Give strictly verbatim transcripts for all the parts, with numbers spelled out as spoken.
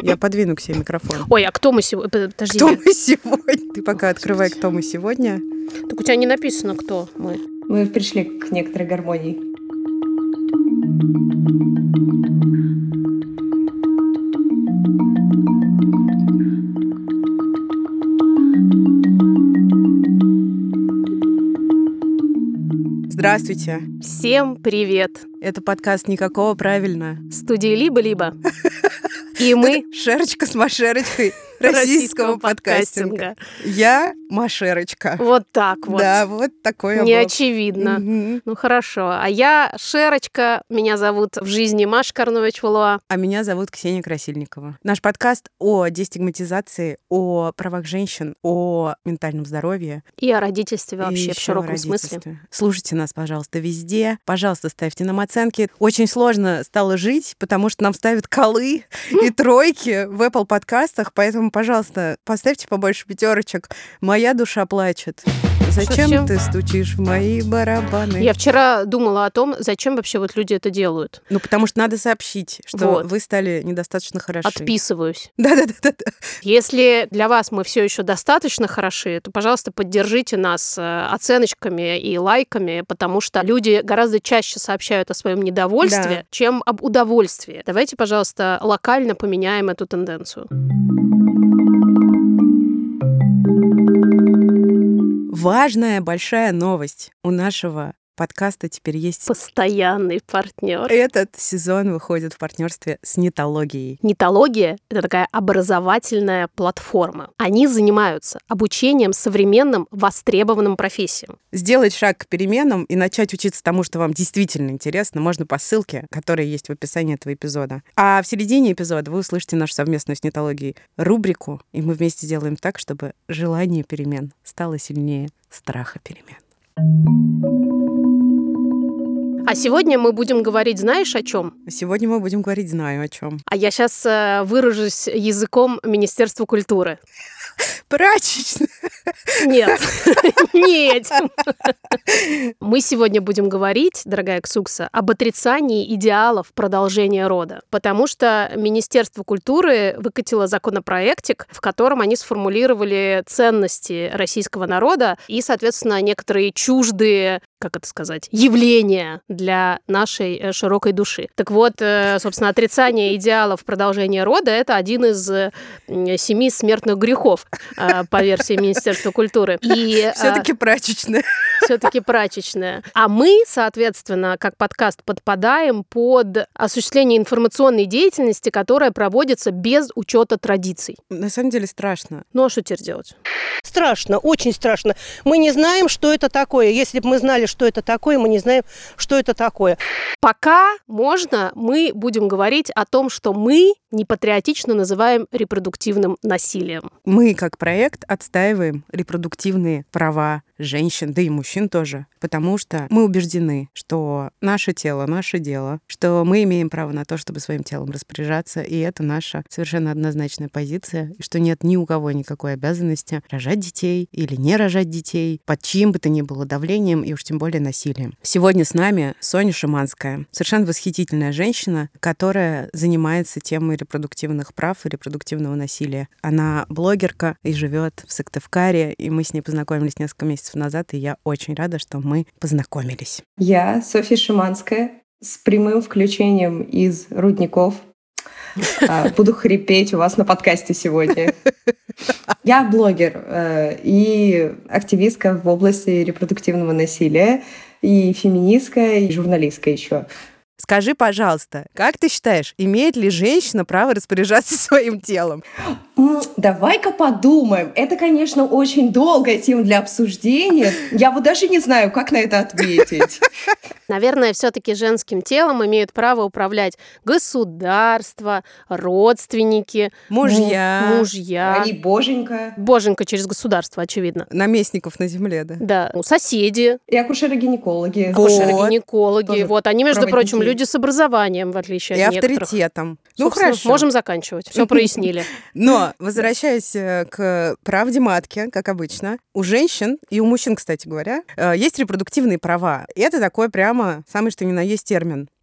Я подвину к себе микрофон. Ой, а кто мы сегодня? Подожди. Кто мы сегодня? Ты пока открывай, кто мы сегодня. Так у тебя не написано, кто мы. Мы пришли к некоторой гармонии. Здравствуйте. Всем привет. Это подкаст «Никакого правильно». Студии «Либо-либо». И мы... Шерочка с Машерочкой российского подкастинга. Я Машерочка. Вот так вот. Да, вот такой Не облог. очевидно. Мгм. Ну хорошо. А я Шерочка. Меня зовут в жизни Маша Карнович-Валуа. А меня зовут Ксения Красильникова. Наш подкаст о дестигматизации, о правах женщин, о ментальном здоровье. И о родительстве вообще И в ещё широком о смысле. родительстве. Слушайте нас, пожалуйста, везде. Пожалуйста, ставьте нам оценки. Очень сложно стало жить, потому что нам ставят колы и тройки в Apple подкастах, поэтому, пожалуйста, поставьте побольше пятерочек. Моя душа плачет. Зачем Зачем? ты стучишь в мои барабаны? Я вчера думала о том, зачем вообще вот люди это делают. Ну, потому что надо сообщить, что Вот. вы стали недостаточно хороши. Отписываюсь. Да-да-да. Если для вас мы все еще достаточно хороши, то, пожалуйста, поддержите нас э, оценочками и лайками, потому что люди гораздо чаще сообщают о своем недовольстве, Да. чем об удовольствии. Давайте, пожалуйста, локально поменяем эту тенденцию. Важная большая новость. У нашего подкаста теперь есть... Постоянный партнер. Этот сезон выходит в партнерстве с Нитологией. Нитология — это такая образовательная платформа. Они занимаются обучением современным востребованным профессиям. Сделать шаг к переменам и начать учиться тому, что вам действительно интересно, можно по ссылке, которая есть в описании этого эпизода. А в середине эпизода вы услышите нашу совместную с Нитологией рубрику, и мы вместе сделаем так, чтобы желание перемен стало сильнее страха перемен. А сегодня мы будем говорить, знаешь, о чем? Сегодня мы будем говорить «Знаю о чем». А я сейчас э, выражусь языком Министерства культуры. Прачечная. Нет, не этим. Мы сегодня будем говорить, дорогая Ксукса, об отрицании идеалов продолжения рода. Потому что Министерство культуры выкатило законопроектик, в котором они сформулировали ценности российского народа и, соответственно, некоторые чуждые, как это сказать, явления для нашей э, широкой души. Так вот, э, собственно, отрицание идеалов продолжения рода — это один из э, семи смертных грехов э, по версии Министерства культуры. И Все-таки прачечная. все-таки прачечная. А мы, соответственно, как подкаст, подпадаем под осуществление информационной деятельности, которая проводится без учета традиций. На самом деле страшно. Ну а что теперь делать? Страшно, очень страшно. Мы не знаем, что это такое. Если бы мы знали, что это такое, мы не знаем, что это такое. Пока можно, мы будем говорить о том, что мы непатриотично называем репродуктивным насилием. Мы, как проект, отстаиваем репродуктивные права женщин, да и мужчин тоже, потому что мы убеждены, что наше тело, наше дело, что мы имеем право на то, чтобы своим телом распоряжаться, и это наша совершенно однозначная позиция, и что нет ни у кого никакой обязанности рожать детей или не рожать детей под чьим бы то ни было давлением, и уж тем более насилием. Сегодня с нами Соня Шиманская, совершенно восхитительная женщина, которая занимается темой репродуктивных прав и репродуктивного насилия. Она блогерка и живет в Сыктывкаре, и мы с ней познакомились несколько месяцев назад, и я очень рада, что мы познакомились. Я Софья Шиманская с прямым включением из Рудников. А, Буду хрипеть у вас на подкасте сегодня. Я блогер э, и активистка в области репродуктивного насилия, и феминистка, и журналистка еще. Скажи, пожалуйста, как ты считаешь, имеет ли женщина право распоряжаться своим телом? М, Давай-ка подумаем. Это, конечно, очень долгая тема для обсуждения. Я вот даже не знаю, как на это ответить. Наверное, все-таки женским телом имеют право управлять государство, родственники, Мужья. му- мужья. И боженька, Боженька через государство, очевидно. Наместников на земле, да? Да, ну, соседи, и акушеры-гинекологи. Вот. акушеры-гинекологи. Тоже Вот, они, между проводники. прочим, люди с образованием, в отличие И от некоторых. авторитетом. Ну, Собственно, хорошо. можем заканчивать. Все прояснили. Но, возвращаясь э, к правде матки, как обычно, у женщин, и у мужчин, кстати говоря, э, есть репродуктивные права. И это такой прямо самый что ни на есть термин.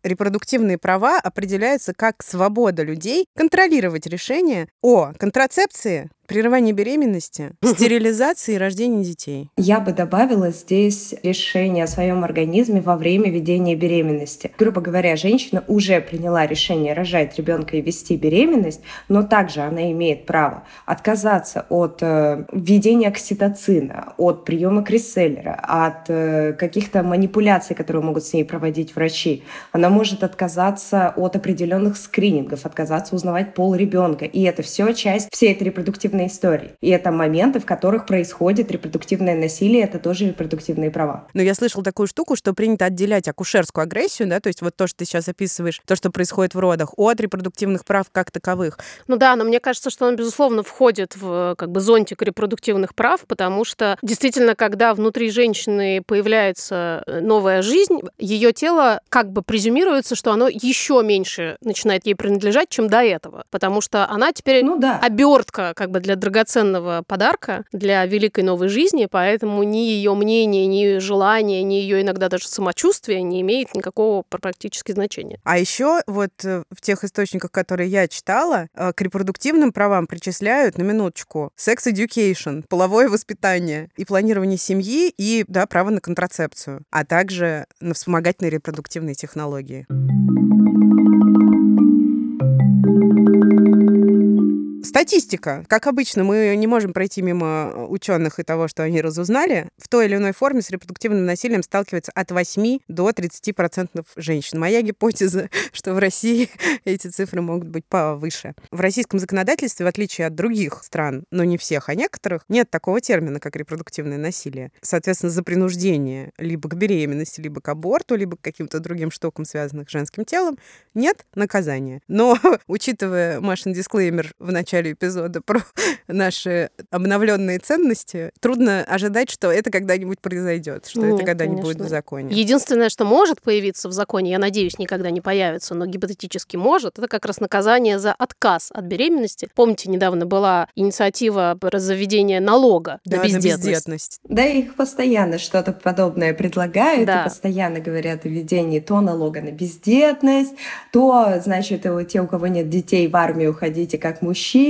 репродуктивные права определяются как свобода людей контролировать решения о контрацепции, прерывании беременности, стерилизации и рождении детей. Я бы добавила здесь решение о своем организме во время ведения беременности. Грубо говоря, женщина уже приняла решение рожать ребенка и вести беременность, но также она имеет право отказаться от э, введения окситоцина, от приема Криселлера, от э, каких-то манипуляций, которые могут с ней проводить врачи. Она может отказаться от определенных скринингов, отказаться узнавать пол ребенка. И это все часть всей этой репродуктивной истории. И это моменты, в которых происходит репродуктивное насилие, это тоже репродуктивные права. Но я слышала такую штуку, что принято отделять акушерскую агрессию, да, то есть вот то, что ты сейчас описываешь, то, что происходит в родах, от репродуктивных прав как таковых. Ну да, но мне кажется, что он, безусловно, входит в как бы зонтик репродуктивных прав, потому что действительно, когда внутри женщины появляется новая жизнь, ее тело как бы презюмируется, что оно еще меньше начинает ей принадлежать, чем до этого, потому что она теперь ну, да. обертка как бы для драгоценного подарка, для великой новой жизни, поэтому ни ее мнение, ни ее желание, ни ее иногда даже самочувствие не имеет никакого практически значения. А еще вот в тех источниках, которые я читала, к репродуктивным правам причисляют, на минуточку, sex education, половое воспитание и планирование семьи, и, да, право на контрацепцию, а также на вспомогательные репродуктивные технологии. Статистика. Как обычно, мы не можем пройти мимо ученых и того, что они разузнали. В той или иной форме с репродуктивным насилием сталкивается от восьми до тридцати процентов женщин. Моя гипотеза, что в России эти цифры могут быть повыше. В российском законодательстве, в отличие от других стран, но не всех, а некоторых, нет такого термина, как репродуктивное насилие. Соответственно, за принуждение либо к беременности, либо к аборту, либо к каким-то другим штукам, связанным с женским телом, нет наказания. Но, учитывая Машин дисклеймер в начале эпизода про наши обновленные ценности, трудно ожидать, что это когда-нибудь произойдет, что Нет, это когда-нибудь конечно. будет в законе. Единственное, что может появиться в законе, я надеюсь, никогда не появится, но гипотетически может, это как раз наказание за отказ от беременности. Помните, недавно была инициатива про заведение налога да, на бездетность. на бездетность. Да, их постоянно что-то подобное предлагают, да. и постоянно говорят о введении то налога на бездетность, то, значит, те, у кого нет детей, в армию ходите как мужчины.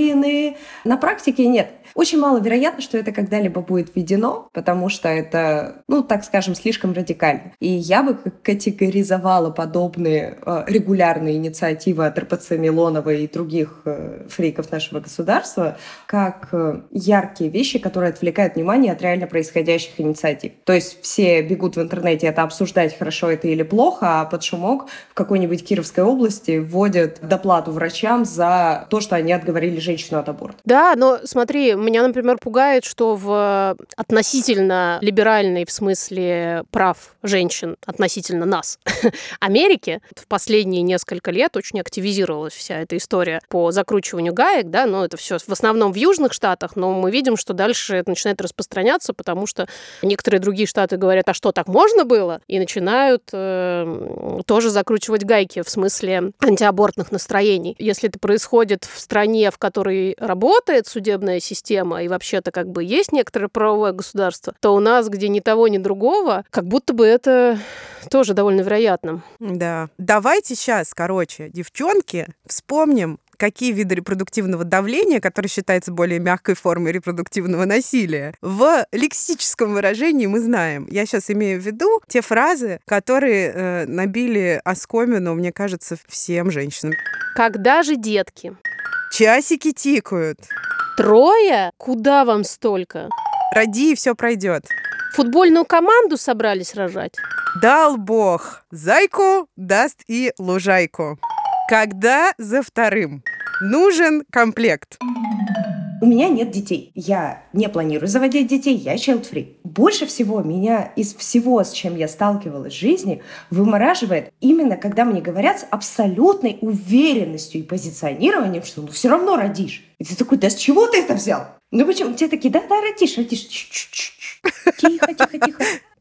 На практике нет. Очень маловероятно, что это когда-либо будет введено, потому что это, ну, так скажем, слишком радикально. И я бы категоризовала подобные э, регулярные инициативы от эр пэ цэ Милонова и других э, фриков нашего государства как э, яркие вещи, которые отвлекают внимание от реально происходящих инициатив. То есть все бегут в интернете это обсуждать, хорошо это или плохо, а под шумок в какой-нибудь Кировской области вводят доплату врачам за то, что они отговорили женщину от аборта. Да, но смотри, меня, например, пугает, что в относительно либеральной, в смысле прав женщин, относительно нас, Америке в последние несколько лет очень активизировалась вся эта история по закручиванию гаек, да, но это все в основном в южных штатах, но мы видим, что дальше это начинает распространяться, потому что некоторые другие штаты говорят, а что, так можно было? И начинают э, тоже закручивать гайки в смысле антиабортных настроений. Если это происходит в стране, в которой работает судебная система, и вообще-то как бы есть некоторое правовое государство, то у нас, где ни того, ни другого, как будто бы это тоже довольно вероятно. Да. Давайте сейчас, короче, девчонки, вспомним, какие виды репродуктивного давления, которые считаются более мягкой формой репродуктивного насилия, в лексическом выражении мы знаем. Я сейчас имею в виду те фразы, которые э, набили оскомину, мне кажется, всем женщинам. Когда же детки? Часики тикают. Трое? Куда вам столько? Роди, и все пройдет. Футбольную команду собрались рожать? Дал Бог зайку, даст и лужайку. Когда за вторым? Нужен комплект. У меня нет детей. Я не планирую заводить детей, я child-free. Больше всего меня из всего, с чем я сталкивалась в жизни, вымораживает именно, когда мне говорят с абсолютной уверенностью и позиционированием, что ну все равно родишь. И ты такой, да с чего ты это взял? Ну почему? Те такие, да-да, родишь, родишь. Тихо, тихо, тихо.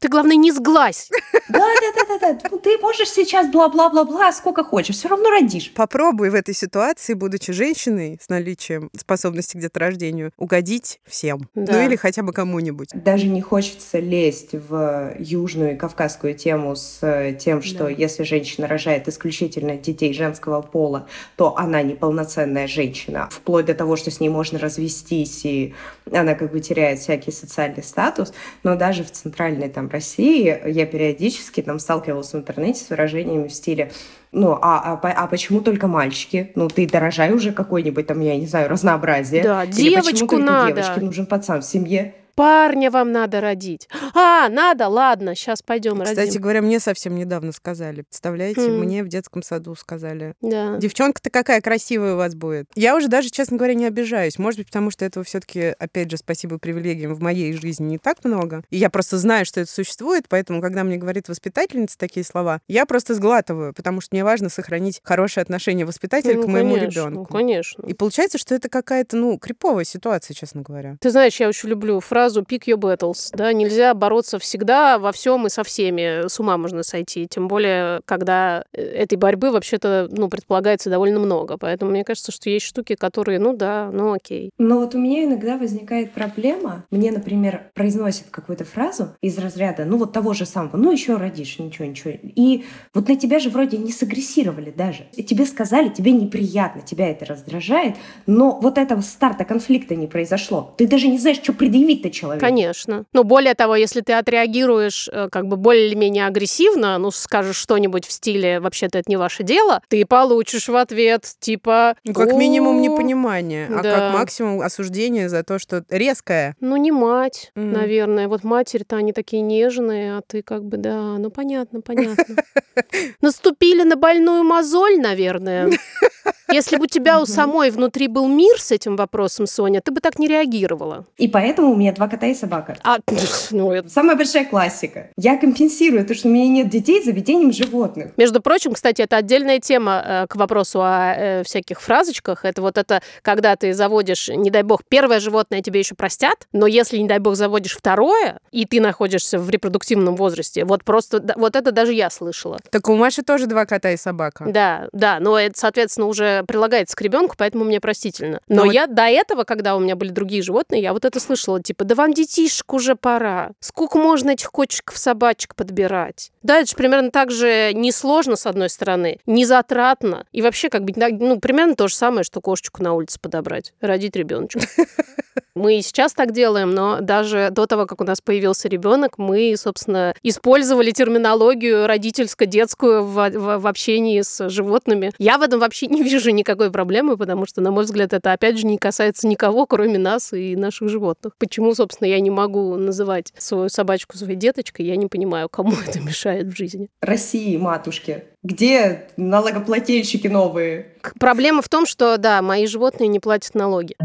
Ты, главное, не сглазь. Да-да-да-да, ну ты можешь сейчас бла-бла-бла-бла, сколько хочешь, все равно родишь. Попробуй в этой ситуации, будучи женщиной с наличием способности к деторождению, угодить всем. Да. Ну или хотя бы кому-нибудь. Даже не хочется лезть в южную и кавказскую тему с тем, что Да. если женщина рожает исключительно детей женского пола, то она неполноценная женщина, вплоть до того, что с ней можно развестись, и она как бы теряет всякий социальный статус. Но даже в центральной там России я периодически там сталкивалась в интернете с выражениями в стиле: ну, а, а, а почему только мальчики? Ну, ты дорожай уже какой-нибудь там, я не знаю, разнообразие. Да, Или почему девочку только надо. девочке нужен пацан в семье? Парня вам надо родить. А, надо, ладно, сейчас пойдем родим. Кстати говоря, мне совсем недавно сказали. Представляете, Хм. мне в детском саду сказали. Да. Девчонка-то какая красивая у вас будет. Я уже даже, честно говоря, не обижаюсь. Может быть, потому что этого все-таки, опять же, спасибо привилегиям, в моей жизни не так много. И я просто знаю, что это существует, поэтому, когда мне говорит воспитательница такие слова, я просто сглатываю, потому что мне важно сохранить хорошее отношение воспитателя Ну, к моему конечно, ребенку. конечно. И получается, что это какая-то, ну, криповая ситуация, честно говоря. Ты знаешь, я очень люблю фразу «pick your battles». Да? Нельзя бороться всегда во всем и со всеми. С ума можно сойти. Тем более, когда этой борьбы вообще-то, ну, предполагается довольно много. Поэтому мне кажется, что есть штуки, которые, ну да, ну окей. Но вот у меня иногда возникает проблема. Мне, например, произносят какую-то фразу из разряда, ну вот того же самого, ну еще родишь, ничего, ничего. И вот на тебя же вроде не сагрессировали даже. И тебе сказали, тебе неприятно, тебя это раздражает, но вот этого старта конфликта не произошло. Ты даже не знаешь, что предъявить-то человеку. Конечно. Но более того, если ты отреагируешь э, как бы более-менее агрессивно, ну, скажешь что-нибудь в стиле «вообще-то это не ваше дело», ты получишь в ответ типа... Ну, как минимум, «О, непонимание, а да. как максимум осуждение за то, что резкое. Ну, не мать, М. наверное. Вот матери-то они такие нежные, а ты как бы, да, ну, понятно, понятно. Наступили на больную мозоль, наверное. Если бы у тебя у самой внутри был мир с этим вопросом, Соня, ты бы так не реагировала. И поэтому у меня два кота и собака. А, ну, это... Самая большая классика. Я компенсирую то, что у меня нет детей, заведением животных. Между прочим, кстати, это отдельная тема э, к вопросу о э, всяких фразочках. Это вот это, когда ты заводишь, не дай бог, первое животное тебе еще простят, но если, не дай бог, заводишь второе, и ты находишься в репродуктивном возрасте, вот просто, да, вот это даже я слышала. Так у Маши тоже два кота и собака. Да, да, но это, соответственно, уже прилагается к ребенку, поэтому мне простительно. Но, Но вот- я до этого, когда у меня были другие животные, я вот это слышала, типа, да вам детишек уже пора. Сколько можно этих котиков, собачек подбирать? Да, это же примерно так же несложно, с одной стороны, не затратно. И вообще, как бы, ну, примерно то же самое, что кошечку на улице подобрать, родить ребеночка. Мы и сейчас так делаем, но даже до того, как у нас появился ребенок, мы, собственно, использовали терминологию родительско-детскую в, в, в общении с животными. Я в этом вообще не вижу никакой проблемы, потому что, на мой взгляд, это, опять же, не касается никого, кроме нас и наших животных. Почему, собственно, я не могу называть свою собачку своей деточкой, я не понимаю, кому это мешает в жизни. России, матушки. Где налогоплательщики новые? Проблема в том, что, да, мои животные не платят налоги.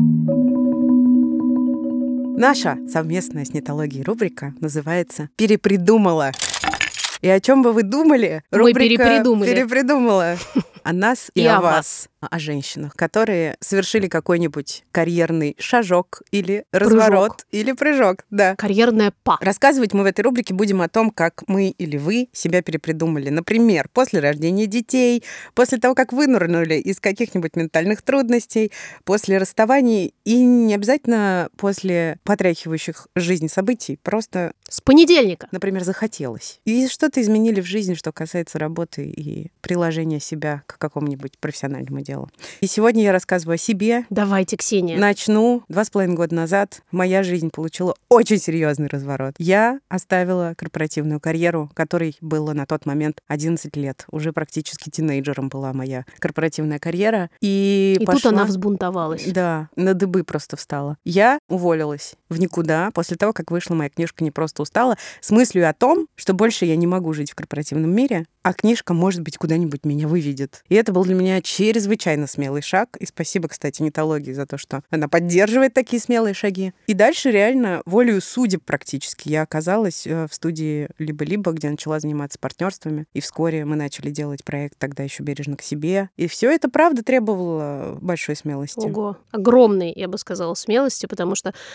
Наша совместная с Нетологией рубрика называется «Перепридумала». И о чем бы вы думали? Мы Рубрика перепридумали. перепридумала. О нас и, И о о вас. О женщинах, которые совершили какой-нибудь карьерный шажок или разворот, или прыжок. Да. Карьерная па. Рассказывать мы в этой рубрике будем о том, как мы или вы себя перепридумали. Например, после рождения детей, после того, как вынырнули из каких-нибудь ментальных трудностей, после расставаний и не обязательно после потряхивающих жизнь событий, просто, С понедельника. например, захотелось. И что-то изменили в жизни, что касается работы и приложения себя к какому-нибудь профессиональному делу. И сегодня я рассказываю о себе. Давайте, Ксения. Начну. Два с половиной года назад моя жизнь получила очень серьезный разворот. Я оставила корпоративную карьеру, которой было на тот момент одиннадцать лет. Уже практически тинейджером была моя корпоративная карьера. И, И пошла... тут она взбунтовалась. Да, на дыбы просто встала. Я уволилась в никуда после того, как вышла моя книжка «Не просто устала» с мыслью о том, что больше я не могу жить в корпоративном мире, а книжка, может быть, куда-нибудь меня выведет. И это был для меня чрезвычайно смелый шаг. И спасибо, кстати, Нетологии за то, что она поддерживает такие смелые шаги. И дальше реально волею судеб практически я оказалась в студии «Либо-либо», где начала заниматься партнерствами. И вскоре мы начали делать проект тогда еще «Бережно к себе». И все это, правда, требовало большой смелости. Ого. Огромной, я бы сказала, смелости, потому что оставить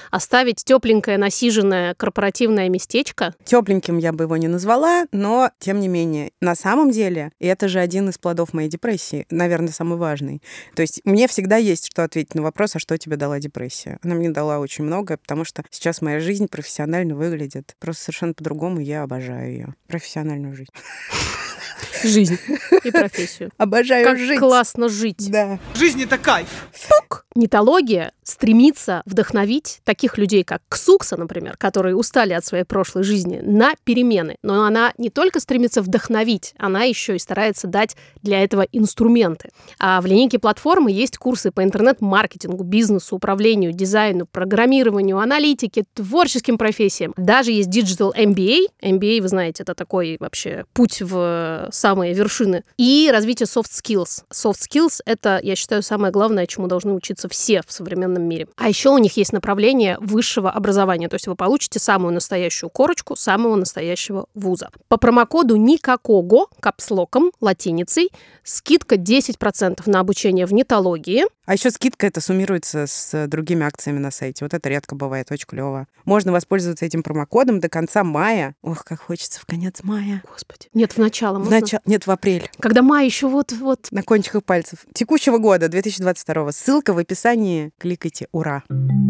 представить тепленькое, насиженное корпоративное местечко. Тепленьким я бы его не назвала, но тем не менее, на самом деле, и это же один из плодов моей депрессии, наверное, самый важный. То есть мне всегда есть что ответить на вопрос, а что тебе дала депрессия. Она мне дала очень многое, потому что сейчас моя жизнь профессионально выглядит просто совершенно по-другому, и я обожаю ее. Профессиональную жизнь. Жизнь и профессию. Обожаю как жить. Классно жить. Да. Жизнь — это кайф. Пук. Нитология стремится вдохновить таких людей, как Ксукса, например, которые устали от своей прошлой жизни, на перемены. Но она не только стремится вдохновить, она еще и старается дать для этого инструменты. А в линейке платформы есть курсы по интернет-маркетингу, бизнесу, управлению, дизайну, программированию, аналитике, творческим профессиям. Даже есть Digital эм би эй. эм би эй, вы знаете, это такой вообще путь в самые вершины. И развитие soft skills. Soft skills — это, я считаю, самое главное, чему должны учиться все в современном мире. А еще у них есть направление высшего образования, то есть вы получите самую настоящую корочку самого настоящего вуза. По промокоду никакого, капслоком, латиницей, скидка десять процентов на обучение в нитологии. А еще скидка это суммируется с другими акциями на сайте. Вот это редко бывает, очень клево. Можно воспользоваться этим промокодом до конца мая. Ох, как хочется в конец мая. Господи. Нет, в начало В можно? начало. Нет, в апрель. Когда май еще вот-вот. На кончиках пальцев. Текущего года, две тысячи двадцать второго. Ссылка в описании. Кликайте. Ура!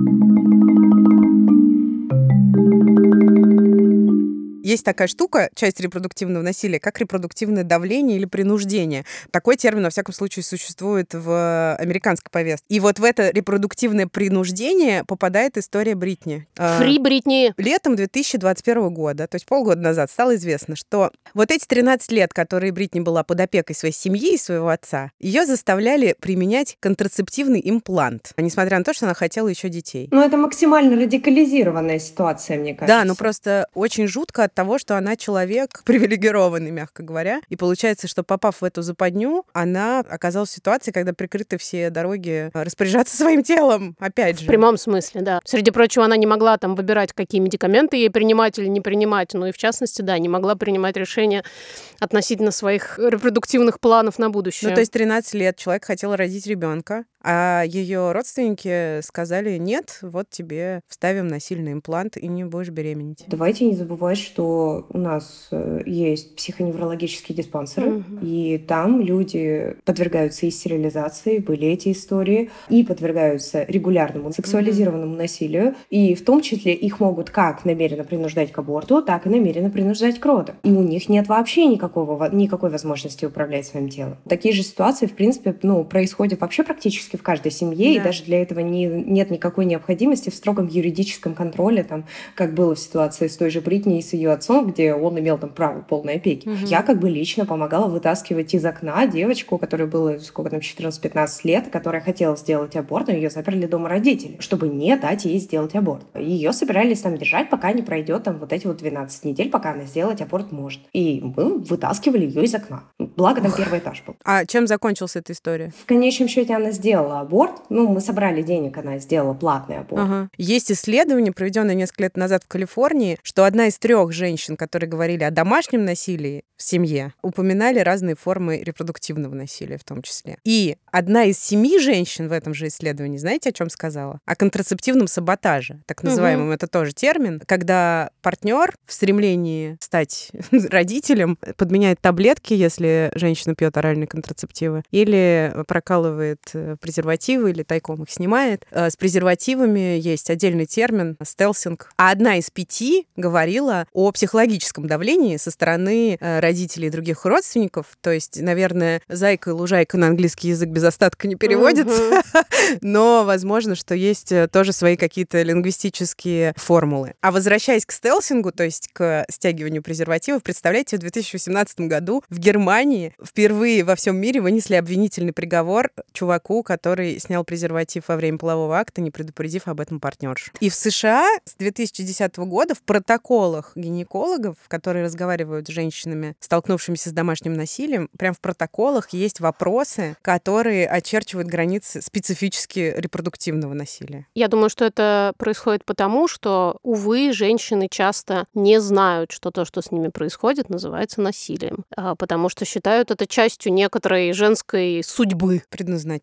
Есть такая штука, часть репродуктивного насилия, как репродуктивное давление или принуждение. Такой термин, во всяком случае, существует в американской повестке. И вот в это репродуктивное принуждение попадает история Бритни. Фри Бритни. Летом две тысячи двадцать первого года, то есть полгода назад, стало известно, что вот эти тринадцать лет, которые Бритни была под опекой своей семьи и своего отца, ее заставляли применять контрацептивный имплант, несмотря на то, что она хотела еще детей. Ну, это максимально радикализированная ситуация, мне кажется. Да, ну просто очень жутко от того, что она человек привилегированный, мягко говоря. И получается, что попав в эту западню, она оказалась в ситуации, когда прикрыты все дороги распоряжаться своим телом, опять же. В прямом смысле, да. Среди прочего, она не могла там выбирать, какие медикаменты ей принимать или не принимать. Ну и в частности, да, не могла принимать решения относительно своих репродуктивных планов на будущее. Ну то есть тринадцать лет человек хотел родить ребенка, а ее родственники сказали: нет, вот тебе вставим насильный имплант и не будешь беременеть. Давайте не забывать, что у нас есть психоневрологические диспансеры, mm-hmm. и там люди подвергаются и стерилизации, были эти истории, и подвергаются регулярному сексуализированному mm-hmm. насилию, и в том числе их могут как намеренно принуждать к аборту, так и намеренно принуждать к роду. И у них нет вообще никакого, никакой возможности управлять своим телом. Такие же ситуации, в принципе, ну, происходят вообще практически в каждой семье, да. И даже для этого не, нет никакой необходимости в строгом юридическом контроле, там, как было в ситуации с той же Бритни и с ее отцом, где он имел там право полной опеки. Угу. Я как бы лично помогала вытаскивать из окна девочку, которой было сколько там, четырнадцать-пятнадцать лет, которая хотела сделать аборт, но ее заперли дома родители, чтобы не дать ей сделать аборт. Ее собирались там держать, пока не пройдет там вот эти вот двенадцать недель, пока она сделать аборт может. И мы вытаскивали ее из окна. Благо там Ох. первый этаж был. А чем закончилась эта история? В конечном счете она сделала аборт. Ну, мы собрали денег, она сделала платный аборт. Ага. Есть исследование, проведенное несколько лет назад в Калифорнии, что одна из трех женщин, которые говорили о домашнем насилии в семье, упоминали разные формы репродуктивного насилия в том числе. И одна из семи женщин в этом же исследовании, знаете, о чем сказала? О контрацептивном саботаже, так называемом, угу. Это тоже термин, когда партнер в стремлении стать родителем подменяет таблетки, если женщина пьет оральные контрацептивы, или прокалывает презервативы, или тайком их снимает. С презервативами есть отдельный термин — стелсинг. А одна из пяти говорила о психологическом давлении со стороны родителей и других родственников. То есть, наверное, зайка и лужайка на английский язык без остатка не переводится, uh-huh. но возможно, что есть тоже свои какие-то лингвистические формулы. А возвращаясь к стелсингу, то есть к стягиванию презервативов, представляете, в две тысячи восемнадцатом году в Германии впервые во всем мире вынесли обвинительный приговор чуваку, который снял презерватив во время полового акта, не предупредив об этом партнершу. И в США с две тысячи десятого года в протоколах гинекологов, которые разговаривают с женщинами, столкнувшимися с домашним насилием, прям в протоколах есть вопросы, которые очерчивают границы специфически репродуктивного насилия. Я думаю, что это происходит потому, что, увы, женщины часто не знают, что то, что с ними происходит, называется насилием, потому что считают это частью некоторой женской судьбы. Предназначения,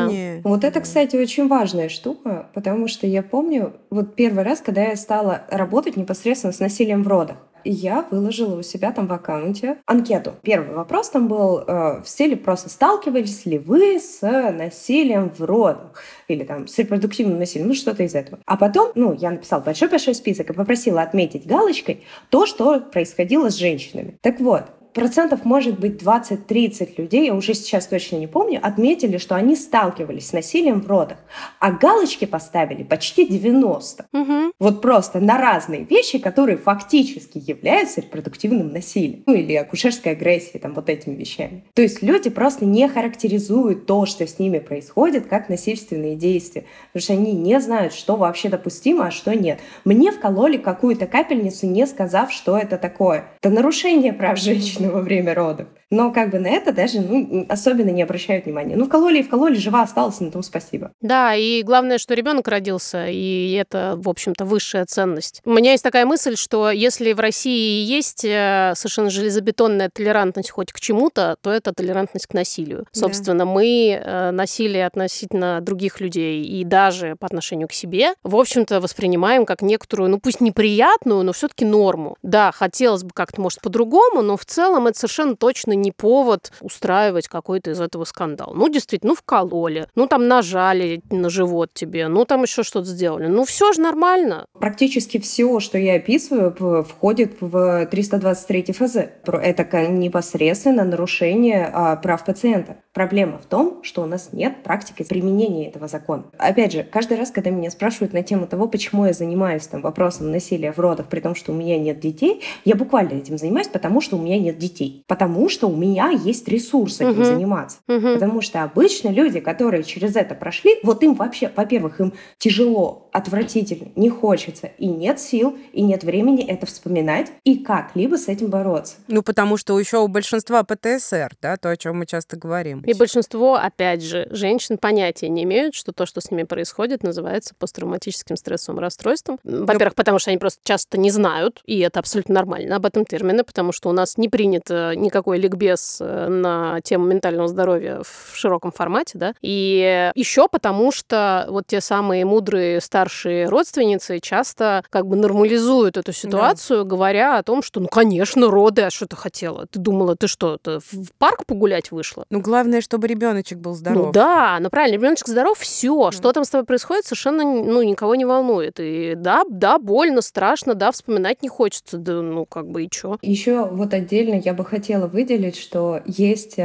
решение. Вот это, кстати, очень важная штука, потому что я помню, вот первый раз, когда я стала работать непосредственно с насилием в родах, я выложила у себя там в аккаунте анкету. Первый вопрос там был э, в стиле просто: сталкивались ли вы с насилием в родах? Или там с репродуктивным насилием, ну что-то из этого. А потом, ну, я написала большой-большой список и попросила отметить галочкой то, что происходило с женщинами. Так вот, процентов, может быть, двадцать-тридцать людей, я уже сейчас точно не помню, отметили, что они сталкивались с насилием в родах, а галочки поставили почти девяносто. Угу. Вот просто на разные вещи, которые фактически являются репродуктивным насилием. Ну, или акушерской агрессией, там, вот этими вещами. То есть люди просто не характеризуют то, что с ними происходит, как насильственные действия. Потому что они не знают, что вообще допустимо, а что нет. Мне вкололи какую-то капельницу, не сказав, что это такое. Это нарушение прав женщины во время родов. Но как бы на это даже ну, особенно не обращают внимания. Ну, вкололи и вкололи, жива осталась, на том спасибо. Да, и главное, что ребенок родился, и это, в общем-то, высшая ценность. У меня есть такая мысль, что если в России есть совершенно железобетонная толерантность хоть к чему-то, то это толерантность к насилию. Да. Собственно, мы насилие относительно других людей и даже по отношению к себе, в общем-то, воспринимаем как некоторую, ну пусть неприятную, но все-таки норму. Да, хотелось бы как-то, может, по-другому, но в целом это совершенно точно не повод устраивать какой-то из этого скандал. Ну, действительно, ну, вкололи, ну, там нажали на живот тебе, ну, там еще что-то сделали. Ну, все же нормально. Практически все, что я описываю, входит в триста двадцать третий эф зэ. Это непосредственно нарушение а, прав пациента. Проблема в том, что у нас нет практики применения этого закона. Опять же, каждый раз, когда меня спрашивают на тему того, почему я занимаюсь там, вопросом насилия в родах, при том, что у меня нет детей, я буквально этим занимаюсь, потому что у меня нет детей. Потому что у меня есть ресурс этим uh-huh. заниматься. Uh-huh. Потому что обычно люди, которые через это прошли, вот им вообще, во-первых, им тяжело, отвратительно, не хочется, и нет сил, и нет времени это вспоминать, и как-либо с этим бороться. Ну, потому что еще у большинства пэ тэ эс эр, да, то, о чем мы часто говорим. И большинство, опять же, женщин понятия не имеют, что то, что с ними происходит, называется посттравматическим стрессовым расстройством. Во-первых, потому что они просто часто не знают, и это абсолютно нормально об этом термине, потому что у нас не принято никакой ликбез на тему ментального здоровья в широком формате, да, и еще потому что вот те самые мудрые старшие родственницы часто как бы нормализуют эту ситуацию, да. говоря о том, что, ну, конечно, роды, а что ты хотела? Ты думала, ты что, ты в парк погулять вышла? Ну, главное, чтобы ребеночек был здоров. Ну да, ну правильно, ребеночек здоров, все, да. что там с тобой происходит, совершенно, ну, никого не волнует. И да, да, больно, страшно, да, вспоминать не хочется, да, ну, как бы и чё. Еще вот отдельно я бы хотела выделить, что есть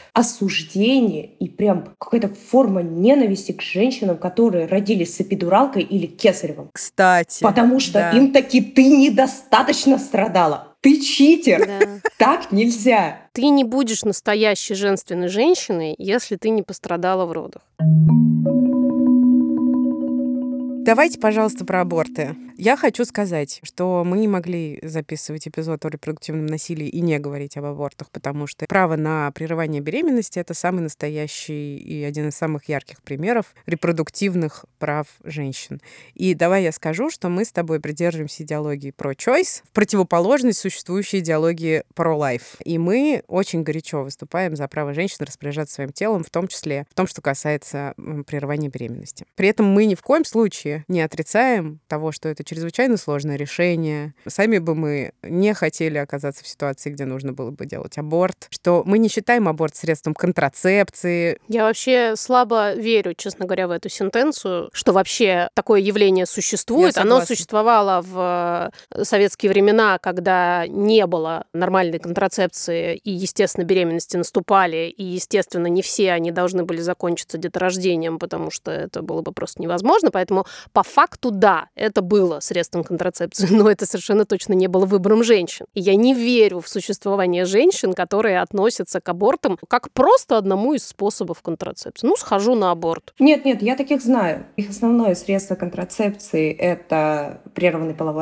осуждение и прям какая-то форма ненависти к женщинам, которые родились с эпидуралкой или кесаревым. Кстати. Потому что да. им таки ты недостаточно страдала. Ты читер. Да. Так нельзя. Ты не будешь настоящей женственной женщиной, если ты не пострадала в родах. Давайте, пожалуйста, про аборты. Я хочу сказать, что мы не могли записывать эпизод о репродуктивном насилии и не говорить об абортах, потому что право на прерывание беременности — это самый настоящий и один из самых ярких примеров репродуктивных прав женщин. И давай я скажу, что мы с тобой придерживаемся идеологии pro-choice в противоположность существующей идеологии pro-life. И мы очень горячо выступаем за право женщин распоряжаться своим телом, в том числе в том, что касается прерывания беременности. При этом мы ни в коем случае не отрицаем того, что это чрезвычайно сложное решение. Сами бы мы не хотели оказаться в ситуации, где нужно было бы делать аборт, что мы не считаем аборт средством контрацепции. Я вообще слабо верю, честно говоря, в эту сентенцию, что вообще такое явление существует. Оно существовало в советские времена, когда не было нормальной контрацепции, и, естественно, беременности наступали, и, естественно, не все они должны были закончиться деторождением, потому что это было бы просто невозможно. Поэтому по факту, да, это было средством контрацепции, но это совершенно точно не было выбором женщин. И я не верю в существование женщин, которые относятся к абортам как просто одному из способов контрацепции. Ну, схожу на аборт. Нет, нет, я таких знаю. Их основное средство контрацепции — это прерванный половой акт.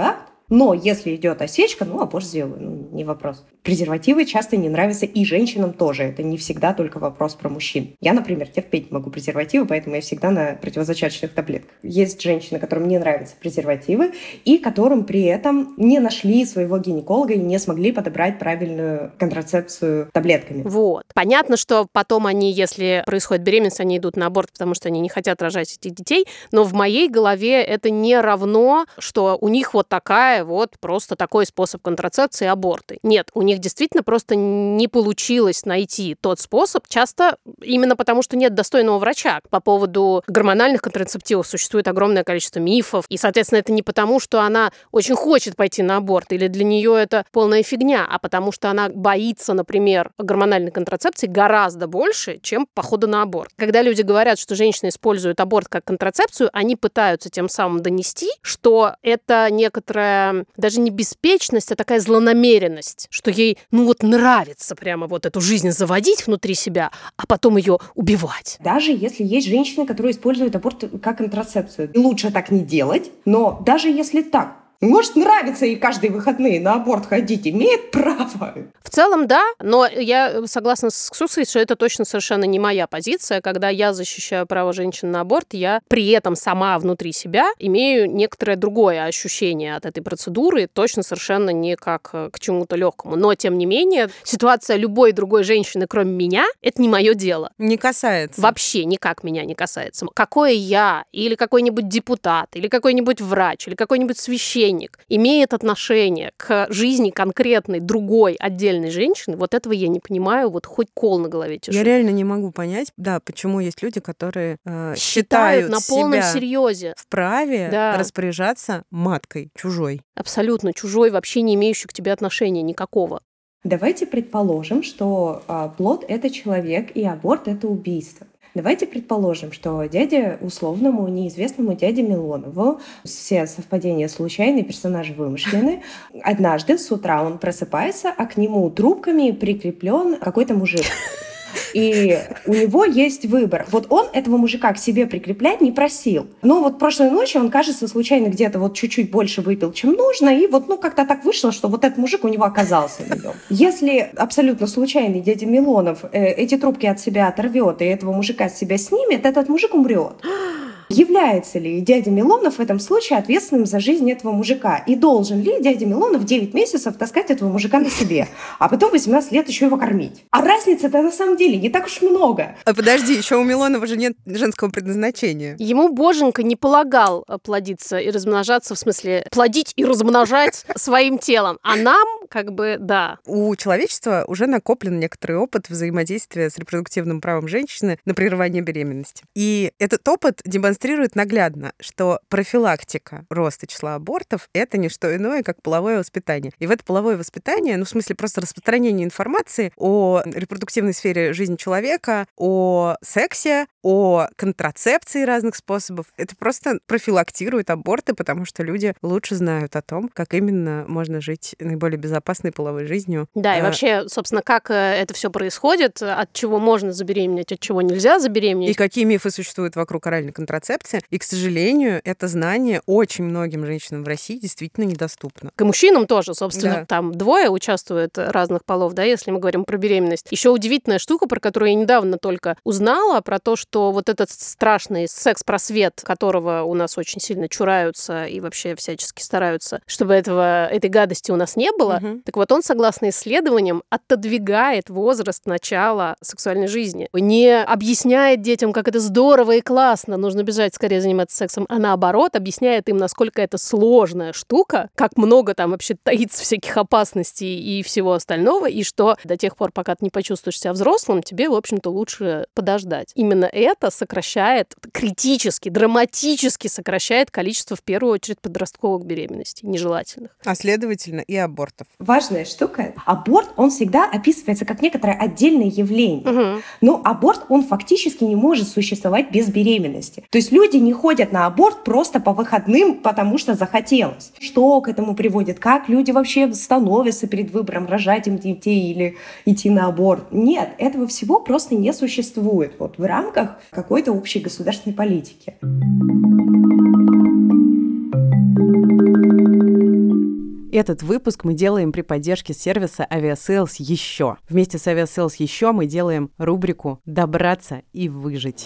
Но если идет осечка, ну, аборт сделаю, ну, не вопрос. Презервативы часто не нравятся и женщинам тоже. Это не всегда только вопрос про мужчин. Я, например, терпеть не могу презервативы, поэтому я всегда на противозачаточных таблетках. Есть женщины, которым не нравятся презервативы, и которым при этом не нашли своего гинеколога и не смогли подобрать правильную контрацепцию таблетками. Вот. Понятно, что потом они, если происходит беременность, они идут на аборт, потому что они не хотят рожать этих детей, но в моей голове это не равно, что у них вот такая вот просто такой способ контрацепции аборты. Нет, у них действительно просто не получилось найти тот способ, часто именно потому, что нет достойного врача. По поводу гормональных контрацептивов существует огромное количество мифов, и, соответственно, это не потому, что она очень хочет пойти на аборт, или для нее это полная фигня, а потому что она боится, например, гормональной контрацепции гораздо больше, чем похода на аборт. Когда люди говорят, что женщины используют аборт как контрацепцию, они пытаются тем самым донести, что это некоторая даже не беспечность, а такая злонамеренность, что ей, ну вот, нравится прямо вот эту жизнь заводить внутри себя, а потом ее убивать. Даже если есть женщины, которые используют аборт как контрацепцию, и лучше так не делать, но даже если так, может, нравится ей каждые выходные на аборт ходить, имеет право. В целом, да, но я согласна с Ксусой, что это точно совершенно не моя позиция. Когда я защищаю право женщин на аборт, я при этом сама внутри себя имею некоторое другое ощущение от этой процедуры, точно совершенно не как к чему-то легкому. Но, тем не менее, ситуация любой другой женщины, кроме меня, это не мое дело. Не касается. Вообще никак меня не касается. Какое я, или какой-нибудь депутат, или какой-нибудь врач, или какой-нибудь священник имеет отношение к жизни конкретной другой отдельной женщины, вот этого я не понимаю, вот хоть кол на голове тяжело. Я реально не могу понять, да, почему есть люди, которые э, считают, считают на полном себя серьезе вправе да. распоряжаться маткой чужой. Абсолютно чужой, вообще не имеющий к тебе отношения никакого. Давайте предположим, что э, плод — это человек, и аборт — это убийство. Давайте предположим, что дяде условному, неизвестному дяде Милонову, все совпадения случайные, персонажи вымышлены, однажды с утра он просыпается, а к нему трубками прикреплен какой-то мужик. И у него есть выбор. Вот он этого мужика к себе прикреплять не просил. Но вот прошлой ночью он, кажется, случайно где-то вот чуть-чуть больше выпил, чем нужно, и вот ну как-то так вышло, что вот этот мужик у него оказался на нем. Если абсолютно случайный дядя Милонов э, эти трубки от себя оторвет и этого мужика с себя снимет, этот мужик умрет. Является ли дядя Милонов в этом случае ответственным за жизнь этого мужика? И должен ли дядя Милонов девять месяцев таскать этого мужика на себе, а потом восемнадцать лет еще его кормить? А разница-то на самом деле не так уж много. А подожди, еще у Милонова же нет женского предназначения. Ему боженька не полагал плодиться и размножаться, в смысле плодить и размножать своим телом. А нам, как бы, да. У человечества уже накоплен некоторый опыт взаимодействия с репродуктивным правом женщины на прерывание беременности. И этот опыт демонстрирует наглядно, что профилактика роста числа абортов — это не что иное, как половое воспитание. И в это половое воспитание, ну, в смысле, просто распространение информации о репродуктивной сфере жизни человека, о сексе, о контрацепции разных способов. Это просто профилактирует аборты, потому что люди лучше знают о том, как именно можно жить наиболее безопасной половой жизнью. Да, и вообще, собственно, как это все происходит, от чего можно забеременеть, от чего нельзя забеременеть. И какие мифы существуют вокруг оральной контрацепции. И, к сожалению, это знание очень многим женщинам в России действительно недоступно. И мужчинам тоже, собственно. Да. Там двое участвуют разных полов, да, если мы говорим про беременность. Еще удивительная штука, про которую я недавно только узнала, про то, что вот этот страшный секс-просвет, которого у нас очень сильно чураются и вообще всячески стараются, чтобы этого, этой гадости у нас не было, угу. Так вот он, согласно исследованиям, отодвигает возраст начала сексуальной жизни. Не объясняет детям, как это здорово и классно, нужно бежать скорее заниматься сексом, а наоборот объясняет им, насколько это сложная штука, как много там вообще таится всяких опасностей и всего остального, и что до тех пор, пока ты не почувствуешь себя взрослым, тебе, в общем-то, лучше подождать. Именно это сокращает, критически, драматически сокращает количество, в первую очередь, подростковых беременностей, нежелательных. А следовательно, и абортов. Важная штука. Аборт, он всегда описывается как некоторое отдельное явление. Угу. Но аборт, он фактически не может существовать без беременности. То есть люди не ходят на аборт просто по выходным, потому что захотелось. Что к этому приводит? Как люди вообще становятся перед выбором, рожать им детей или идти на аборт? Нет, этого всего просто не существует вот в рамках какой-то общей государственной политики. Этот выпуск мы делаем при поддержке сервиса Aviasales Еще. Вместе с Aviasales Еще мы делаем рубрику «Добраться и выжить»,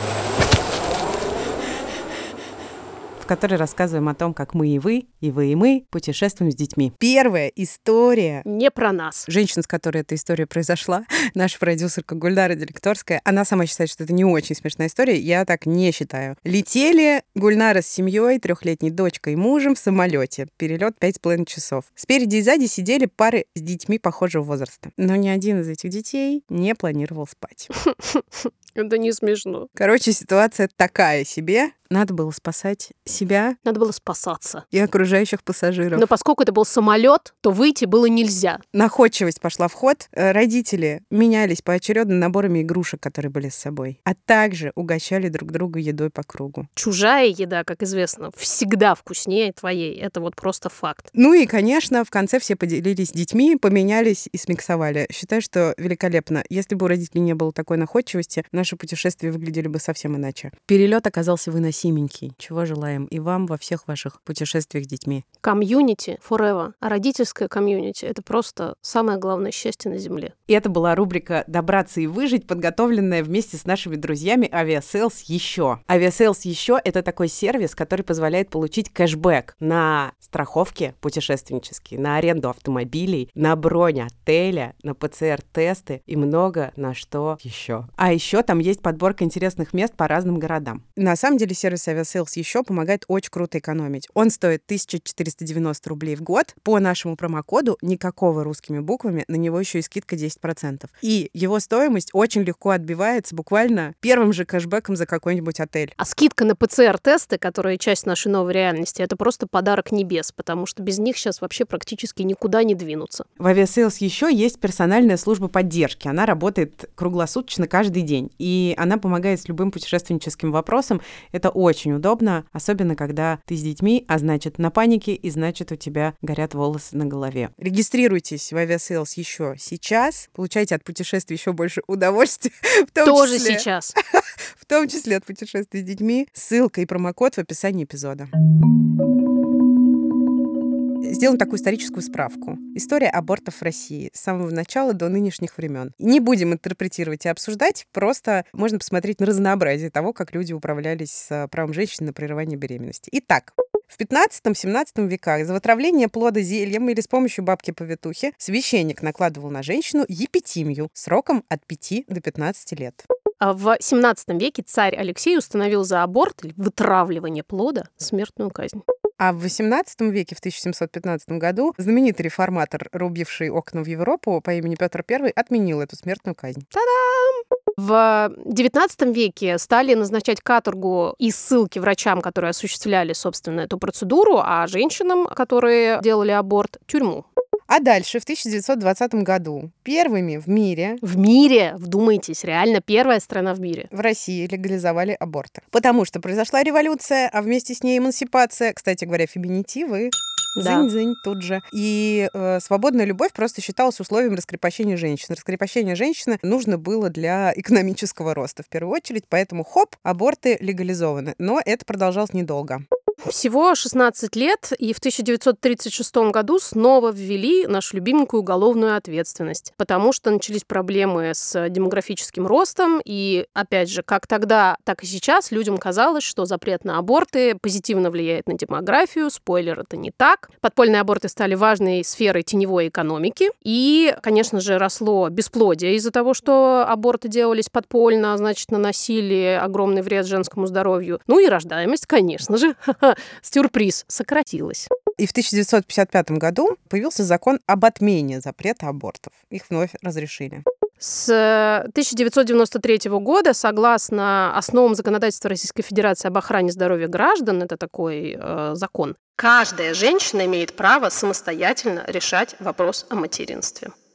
в которой рассказываем о том, как мы и вы, и вы и мы путешествуем с детьми. Первая история не про нас. Женщина, с которой эта история произошла, наша продюсерка Гульнара Делекторская, она сама считает, что это не очень смешная история. Я так не считаю. Летели Гульнара с семьей, трехлетней дочкой и мужем в самолете. Перелет пять с половиной часов. Спереди и сзади сидели пары с детьми похожего возраста. Но ни один из этих детей не планировал спать. Это не смешно. Короче, ситуация такая себе. Надо было спасать себя. Надо было спасаться. И окружающих пассажиров. Но поскольку это был самолет, то выйти было нельзя. Находчивость пошла в ход. Родители менялись поочередно наборами игрушек, которые были с собой, а также угощали друг друга едой по кругу. Чужая еда, как известно, всегда вкуснее твоей. Это вот просто факт. Ну и, конечно, в конце все поделились с детьми, поменялись и смиксовали. Считаю, что великолепно. Если бы у родителей не было такой находчивости, наши путешествия выглядели бы совсем иначе. Перелет оказался выносимый. Сименький. Чего желаем и вам во всех ваших путешествиях с детьми. Комьюнити forever. А родительское комьюнити — это просто самое главное счастье на Земле. И это была рубрика «Добраться и выжить», подготовленная вместе с нашими друзьями Aviasales Еще. Aviasales Еще — это такой сервис, который позволяет получить кэшбэк на страховки путешественнические, на аренду автомобилей, на бронь отеля, на ПЦР-тесты и много на что еще. А еще там есть подборка интересных мест по разным городам. На самом деле сервис Сервис Aviasales Еще помогает очень круто экономить. Он стоит тысяча четыреста девяносто рублей в год. По нашему промокоду, никакого русскими буквами, на него еще и скидка десять процентов. И его стоимость очень легко отбивается буквально первым же кэшбэком за какой-нибудь отель. А скидка на ПЦР-тесты, которые часть нашей новой реальности, это просто подарок небес, потому что без них сейчас вообще практически никуда не двинуться. В Aviasales Еще есть персональная служба поддержки. Она работает круглосуточно каждый день. И она помогает с любым путешественническим вопросом. Это очень удобно, особенно когда ты с детьми, а значит на панике, и значит у тебя горят волосы на голове. Регистрируйтесь в Aviasales Еще сейчас, получайте от путешествий еще больше удовольствия. В том Тоже числе, сейчас. В том числе от путешествий с детьми. Ссылка и промокод в описании эпизода. Сделаем такую историческую справку. История абортов в России с самого начала до нынешних времен. Не будем интерпретировать и обсуждать, просто можно посмотреть на разнообразие того, как люди управлялись с правом женщин на прерывание беременности. Итак, в пятнадцатом-семнадцатом веках за отравление плода зельем или с помощью бабки-повитухи священник накладывал на женщину епитимию сроком от пяти до пятнадцати лет. А в семнадцатом веке царь Алексей установил за аборт или вытравливание плода смертную казнь. А в восемнадцатом веке, в тысяча семьсот пятнадцатом году, знаменитый реформатор, рубивший окна в Европу по имени Петр Первый, отменил эту смертную казнь. Та-дам! В девятнадцатом веке стали назначать каторгу и ссылки врачам, которые осуществляли, собственно, эту процедуру, а женщинам, которые делали аборт, тюрьму. А дальше, в тысяча девятьсот двадцатом году, первыми в мире... В мире, вдумайтесь, реально первая страна в мире. В России легализовали аборты. Потому что произошла революция, а вместе с ней эмансипация. Кстати говоря, феминитивы... Да. Зынь-зынь тут же. И э, свободная любовь просто считалась условием раскрепощения женщины. Раскрепощение женщины нужно было для экономического роста в первую очередь, поэтому хоп, аборты легализованы. Но это продолжалось недолго. Всего шестнадцать лет, и в тысяча девятьсот тридцать шестом году снова ввели нашу любименькую уголовную ответственность, потому что начались проблемы с демографическим ростом, и, опять же, как тогда, так и сейчас людям казалось, что запрет на аборты позитивно влияет на демографию. Спойлер, это не так. Подпольные аборты стали важной сферой теневой экономики, и, конечно же, росло бесплодие из-за того, что аборты делались подпольно, значит, наносили огромный вред женскому здоровью. Ну и рождаемость, конечно же, сюрприз, сократилась. И в тысяча девятьсот пятьдесят пятом году появился закон об отмене запрета абортов. Их вновь разрешили. С тысяча девятьсот девяносто третьего года, согласно основам законодательства Российской Федерации об охране здоровья граждан, это такой э, закон, каждая женщина имеет право самостоятельно решать вопрос о материнстве.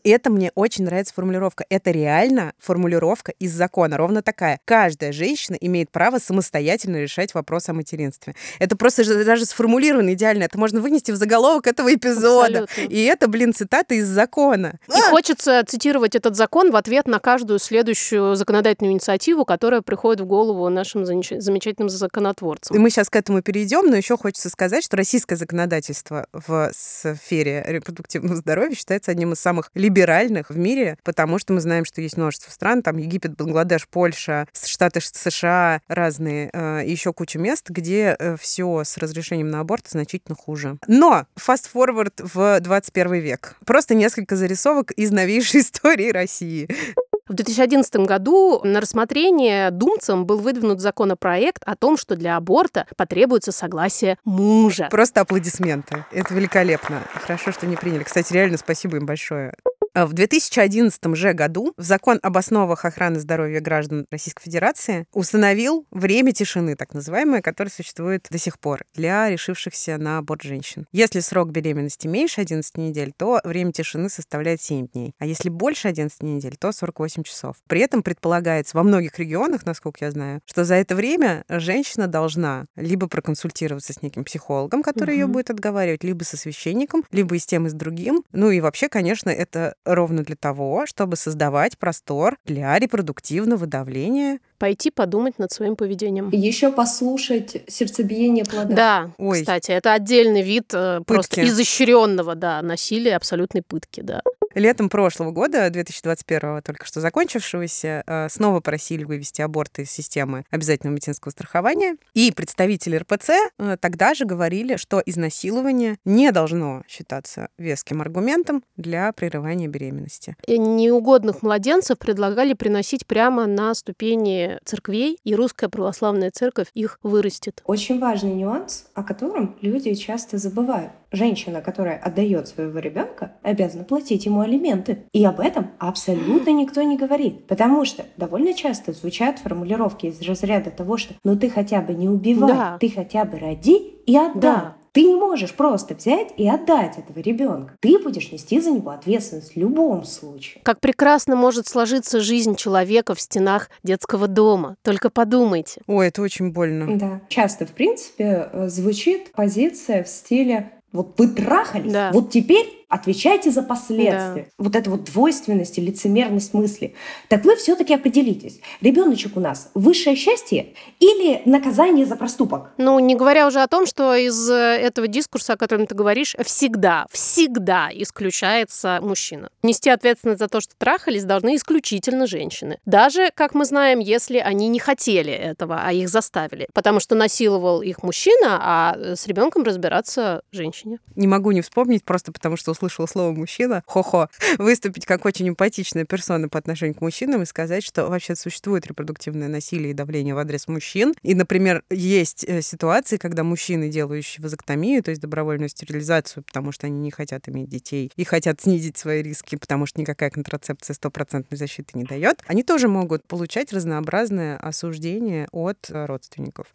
это мне очень нравится формулировка. Это реально формулировка из закона, ровно такая. Каждая женщина имеет право самостоятельно решать вопрос о материнстве. Это просто даже сформулировано идеально. Это можно вынести в заголовок этого эпизода. Абсолютно. И это, блин, цитата из закона. И а! хочется цитировать этот закон в ответ на каждую следующую законодательную инициативу, которая приходит в голову нашим замечательным законотворцам. И мы сейчас к этому перейдем, но еще хочется сказать, что российское законодательство в сфере репродуктивного здоровья считается одним из самых либеральных в мире, потому что мы знаем, что есть множество стран, там Египет, Бангладеш, Польша, Штаты США разные, и еще куча мест, где все с разрешением на аборт значительно хуже. Но fast-forward в двадцать первый век. Просто несколько зарисовок из новейшей истории России. В две тысячи одиннадцатом году на рассмотрение думцам был выдвинут законопроект о том, что для аборта потребуется согласие мужа. Просто аплодисменты. Это великолепно. Хорошо, что не приняли. Кстати, реально спасибо им большое. В две тысячи одиннадцатом же году в закон об основах охраны здоровья граждан Российской Федерации установил время тишины, так называемое, которое существует до сих пор для решившихся на аборт женщин. Если срок беременности меньше одиннадцати недель, то время тишины составляет семь дней. А если больше одиннадцати недель, то сорок восемь часов. При этом предполагается во многих регионах, насколько я знаю, что за это время женщина должна либо проконсультироваться с неким психологом, который угу. ее будет отговаривать, либо со священником, либо и с тем, и с другим. Ну и вообще, конечно, это ровно для того, чтобы создавать простор для репродуктивного давления. Пойти подумать над своим поведением. Еще послушать сердцебиение плода. Да, Ой. Кстати, это отдельный вид э, просто изощренного, да, насилия, абсолютной пытки, да. Летом прошлого года, две тысячи двадцать первого, только что закончившегося, снова просили вывести аборты из системы обязательного медицинского страхования. И представители эр пэ цэ тогда же говорили, что изнасилование не должно считаться веским аргументом для прерывания беременности. И неугодных младенцев предлагали приносить прямо на ступени церквей, и Русская Православная Церковь их вырастет. Очень важный нюанс, о котором люди часто забывают. Женщина, которая отдает своего ребенка, обязана платить ему алименты. И об этом абсолютно никто не говорит. Потому что довольно часто звучат формулировки из разряда того, что «ну ты хотя бы не убивай, да. ты хотя бы роди и отдай». Да. Ты не можешь просто взять и отдать этого ребенка. Ты будешь нести за него ответственность в любом случае. Как прекрасно может сложиться жизнь человека в стенах детского дома. Только подумайте. Ой, это очень больно. Да. Часто, в принципе, звучит позиция в стиле «вот вы трахались, да. вот теперь отвечайте за последствия». Да. Вот эта вот двойственность и лицемерность мысли. Так вы все-таки определитесь. Ребеночек у нас высшее счастье или наказание за проступок? Ну, не говоря уже о том, что из этого дискурса, о котором ты говоришь, всегда, всегда исключается мужчина. Нести ответственность за то, что трахались, должны исключительно женщины. Даже, как мы знаем, если они не хотели этого, а их заставили. Потому что насиловал их мужчина, а с ребенком разбираться женщине. Не могу не вспомнить, просто потому что услышала слово «мужчина», хо-хо, выступить как очень эмпатичная персона по отношению к мужчинам и сказать, что вообще существует репродуктивное насилие и давление в адрес мужчин. И, например, есть ситуации, когда мужчины, делающие вазоктомию, то есть добровольную стерилизацию, потому что они не хотят иметь детей и хотят снизить свои риски, потому что никакая контрацепция стопроцентной защиты не дает, они тоже могут получать разнообразное осуждение от родственников.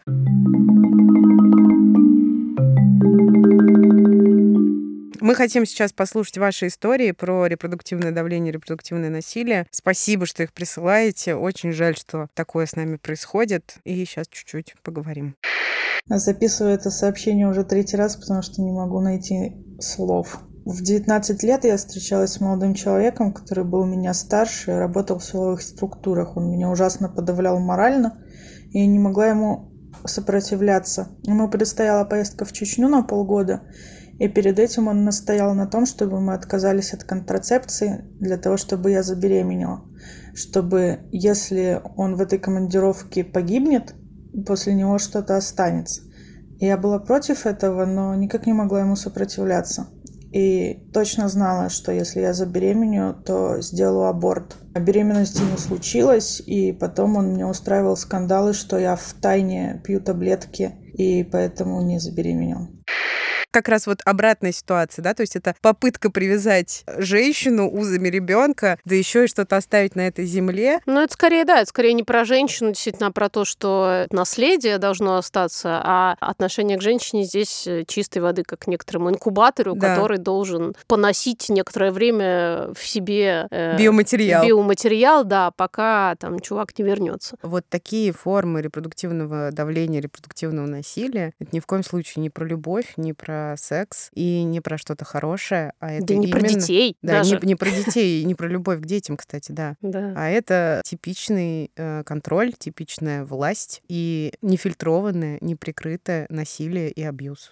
Мы хотим сейчас послушать ваши истории про репродуктивное давление, репродуктивное насилие. Спасибо, что их присылаете. Очень жаль, что такое с нами происходит. И сейчас чуть-чуть поговорим. Записываю это сообщение уже третий раз, потому что не могу найти слов. В девятнадцать лет я встречалась с молодым человеком, который был меня старше и работал в силовых структурах. Он меня ужасно подавлял морально, и я не могла ему сопротивляться. Ему предстояла поездка в Чечню на полгода, и перед этим он настоял на том, чтобы мы отказались от контрацепции для того, чтобы я забеременела. Чтобы, если он в этой командировке погибнет, после него что-то останется. Я была против этого, но никак не могла ему сопротивляться. И точно знала, что если я забеременею, то сделаю аборт. А беременности не случилось, и потом он мне устраивал скандалы, что я втайне пью таблетки, и поэтому не забеременела. как раз вот обратная ситуация, да, то есть это попытка привязать женщину узами ребенка, да еще и что-то оставить на этой земле. Ну, это скорее, да, это скорее не про женщину, действительно, а про то, что наследие должно остаться, а отношение к женщине здесь чистой воды, как к некоторому инкубатору, да. который должен поносить некоторое время в себе э, биоматериал. биоматериал, да, пока там чувак не вернется. Вот такие формы репродуктивного давления, репродуктивного насилия, это ни в коем случае не про любовь, не про секс и не про что-то хорошее, а это да не именно... про детей да, даже. Не, не про детей, не про любовь к детям, кстати, да. да. А это типичный э, контроль, типичная власть и нефильтрованное, неприкрытое насилие и абьюз.